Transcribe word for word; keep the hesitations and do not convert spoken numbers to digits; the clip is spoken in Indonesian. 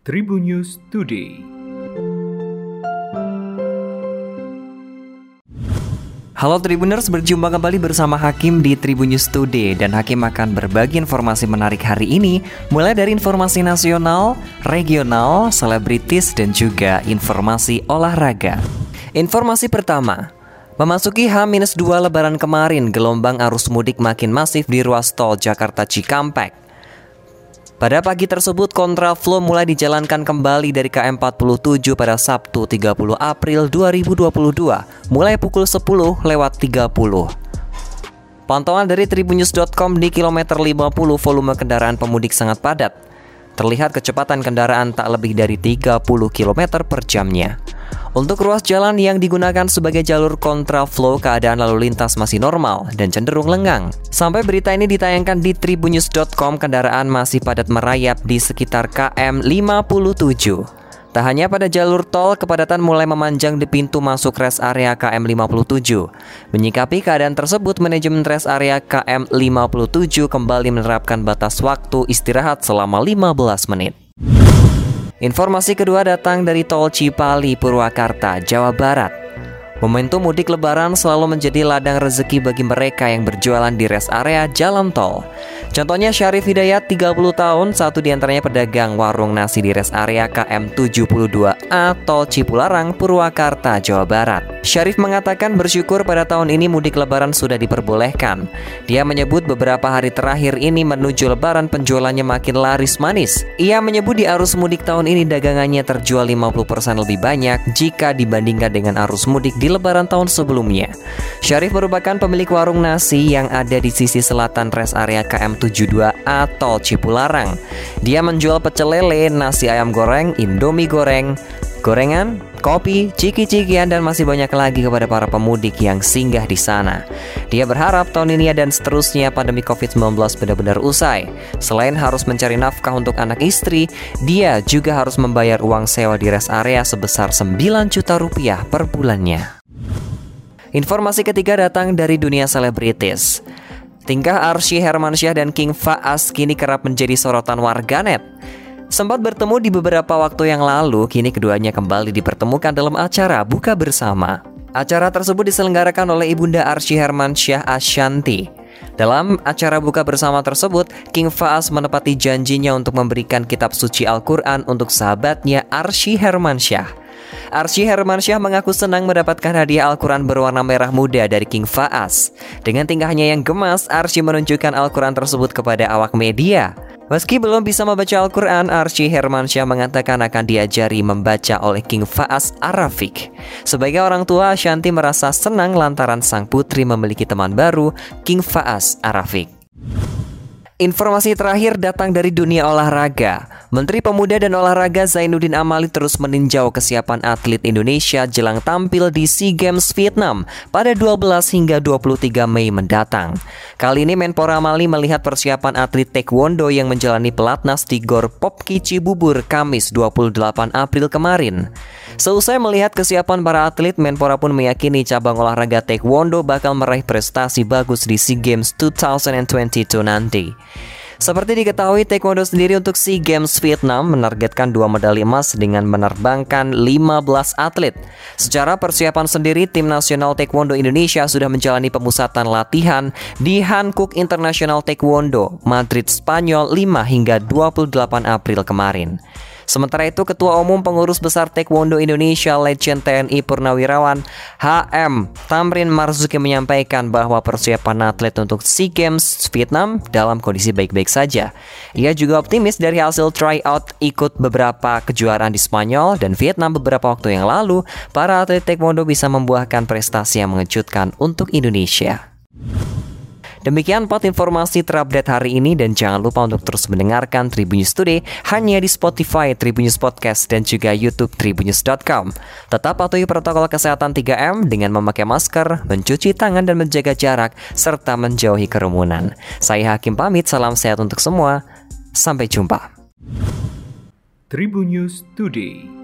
Tribun News Today. Halo Tribuners, berjumpa kembali bersama Hakim di Tribun News Today. Dan Hakim akan berbagi informasi menarik hari ini, mulai dari informasi nasional, regional, selebritis, dan juga informasi olahraga. Informasi pertama, memasuki H minus dua Lebaran kemarin, gelombang arus mudik makin masif di ruas tol Jakarta Cikampek. Pada pagi tersebut, kontraflow mulai dijalankan kembali dari K M empat puluh tujuh pada Sabtu tiga puluh April dua ribu dua puluh dua, mulai pukul sepuluh lewat tiga puluh. Pantauan dari tribunnews dot com di kilometer lima puluh, volume kendaraan pemudik sangat padat. Terlihat kecepatan kendaraan tak lebih dari tiga puluh kilometer per jamnya. Untuk ruas jalan yang digunakan sebagai jalur kontraflow, keadaan lalu lintas masih normal dan cenderung lengang. Sampai berita ini ditayangkan di tribunnews dot com, kendaraan masih padat merayap di sekitar K M lima puluh tujuh. Tak hanya pada jalur tol, kepadatan mulai memanjang di pintu masuk rest area K M lima puluh tujuh. Menyikapi keadaan tersebut, manajemen rest area K M lima puluh tujuh kembali menerapkan batas waktu istirahat selama lima belas menit. Informasi kedua datang dari tol Cipali, Purwakarta, Jawa Barat. Momentum mudik Lebaran selalu menjadi ladang rezeki bagi mereka yang berjualan di rest area jalan tol. Contohnya Syarif Hidayat, tiga puluh tahun, satu diantaranya pedagang warung nasi di rest area K M tujuh puluh dua A Tol Cipularang, Purwakarta, Jawa Barat. Syarif mengatakan bersyukur pada tahun ini mudik Lebaran sudah diperbolehkan. Dia menyebut beberapa hari terakhir ini menuju Lebaran penjualannya makin laris manis. Ia menyebut di arus mudik tahun ini dagangannya terjual lima puluh persen lebih banyak jika dibandingkan dengan arus mudik di Lebaran tahun sebelumnya. Syarif merupakan pemilik warung nasi yang ada di sisi selatan rest area K M tujuh puluh dua A Tol Cipularang. Dia menjual pecel lele, nasi ayam goreng, indomie goreng, gorengan, kopi, ciki-cikian, dan masih banyak lagi kepada para pemudik yang singgah di sana. Dia berharap tahun ini dan seterusnya pandemi covid sembilan belas benar-benar usai. Selain harus mencari nafkah untuk anak istri, dia juga harus membayar uang sewa di rest area sebesar sembilan juta rupiah per bulannya. Informasi ketiga datang dari dunia selebritis. Tingkah Arsy Hermansyah dan King Faas kini kerap menjadi sorotan warganet. Sempat bertemu di beberapa waktu yang lalu, kini keduanya kembali dipertemukan dalam acara buka bersama. Acara tersebut diselenggarakan oleh Ibunda Arsy Hermansyah Ashanty. Dalam acara buka bersama tersebut, King Faas menepati janjinya untuk memberikan kitab suci Al-Quran untuk sahabatnya Arsy Hermansyah. Arsy Hermansyah mengaku senang mendapatkan hadiah Al-Quran berwarna merah muda dari King Faas. Dengan tingkahnya yang gemas, Arsy menunjukkan Al-Quran tersebut kepada awak media. Meski belum bisa membaca Al-Quran, Arsy Hermansyah mengatakan akan diajari membaca oleh King Faas Arabic. Sebagai orang tua, Ashanty merasa senang lantaran sang putri memiliki teman baru, King Faas Arabic. Informasi terakhir datang dari dunia olahraga. Menteri Pemuda dan Olahraga Zainuddin Amali terus meninjau kesiapan atlet Indonesia jelang tampil di SEA Games Vietnam pada dua belas hingga dua puluh tiga Mei mendatang. Kali ini Menpora Amali melihat persiapan atlet taekwondo yang menjalani pelatnas di Gor Popki Cibubur Kamis dua puluh delapan April kemarin. Seusai melihat kesiapan para atlet, Menpora pun meyakini cabang olahraga taekwondo bakal meraih prestasi bagus di SEA Games dua ribu dua puluh dua nanti. Seperti diketahui, taekwondo sendiri untuk SEA Games Vietnam menargetkan dua medali emas dengan menerbangkan lima belas atlet. Secara persiapan sendiri, tim nasional taekwondo Indonesia sudah menjalani pemusatan latihan di Hankook International Taekwondo, Madrid, Spanyol lima hingga dua puluh delapan April kemarin. Sementara itu, Ketua Umum Pengurus Besar Taekwondo Indonesia Legend T N I Purnawirawan H M Tamrin Marzuki menyampaikan bahwa persiapan atlet untuk SEA Games Vietnam dalam kondisi baik-baik saja. Ia juga optimis dari hasil tryout ikut beberapa kejuaraan di Spanyol dan Vietnam beberapa waktu yang lalu, para atlet taekwondo bisa membuahkan prestasi yang mengejutkan untuk Indonesia. Demikian empat informasi terupdate hari ini, dan jangan lupa untuk terus mendengarkan Tribun News Today hanya di Spotify, Tribun News Podcast, dan juga YouTube tribunnews dot com. Tetap patuhi protokol kesehatan tiga M dengan memakai masker, mencuci tangan dan menjaga jarak, serta menjauhi kerumunan. Saya Hakim pamit, salam sehat untuk semua. Sampai jumpa. Tribun News Today.